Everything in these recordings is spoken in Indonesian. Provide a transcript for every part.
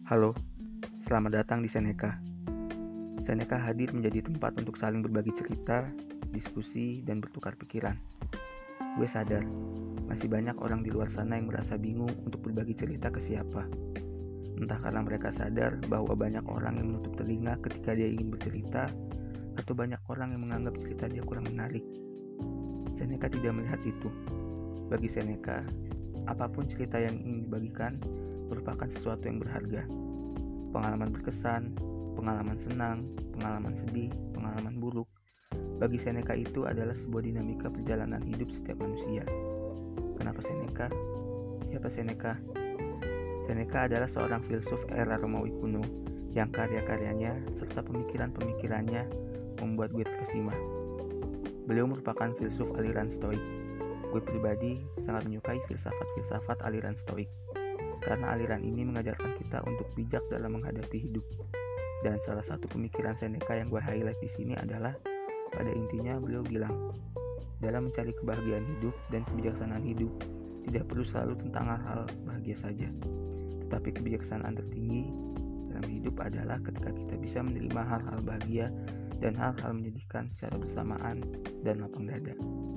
Halo, selamat datang di Seneca. Seneca hadir menjadi tempat untuk saling berbagi cerita, diskusi, dan bertukar pikiran. Gue sadar, masih banyak orang di luar sana yang merasa bingung untuk berbagi cerita ke siapa. Entah karena mereka sadar bahwa banyak orang yang menutup telinga ketika dia ingin bercerita, atau banyak orang yang menganggap cerita dia kurang menarik. Seneca tidak melihat itu. Bagi Seneca, apapun cerita yang ingin dibagikan merupakan sesuatu yang berharga. Pengalaman berkesan, pengalaman senang, pengalaman sedih, pengalaman buruk. Bagi Seneca itu adalah sebuah dinamika perjalanan hidup setiap manusia. Kenapa Seneca? Siapa Seneca? Seneca adalah seorang filsuf era Romawi kuno yang karya-karyanya serta pemikiran-pemikirannya membuat gue terkesima. Beliau merupakan filsuf aliran Stoik. Gue pribadi sangat menyukai filsafat-filsafat aliran Stoik, karena aliran ini mengajarkan kita untuk bijak dalam menghadapi hidup. Dan salah satu pemikiran Seneca yang gue highlight di sini adalah, pada intinya beliau bilang, dalam mencari kebahagiaan hidup dan kebijaksanaan hidup, tidak perlu selalu tentang hal-hal bahagia saja. Tetapi kebijaksanaan tertinggi dalam hidup adalah ketika kita bisa menerima hal-hal bahagia dan hal-hal menyedihkan secara bersamaan dan lapang dada.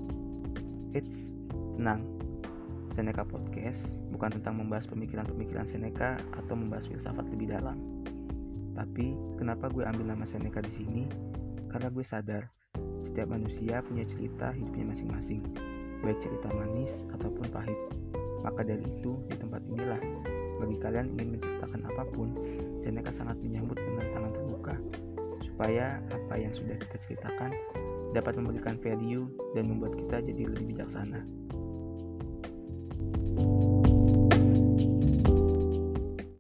Tenang, Seneca Podcast bukan tentang membahas pemikiran-pemikiran Seneca atau membahas filsafat lebih dalam. Tapi kenapa gue ambil nama Seneca di sini? Karena gue sadar setiap manusia punya cerita hidupnya masing-masing, baik cerita manis ataupun pahit. Maka dari itu, di tempat inilah, bagi kalian ingin menceritakan apapun, Seneca sangat menyambut dengan tangan terbuka, supaya apa yang sudah kita ceritakan dapat memberikan value dan membuat kita jadi lebih bijaksana.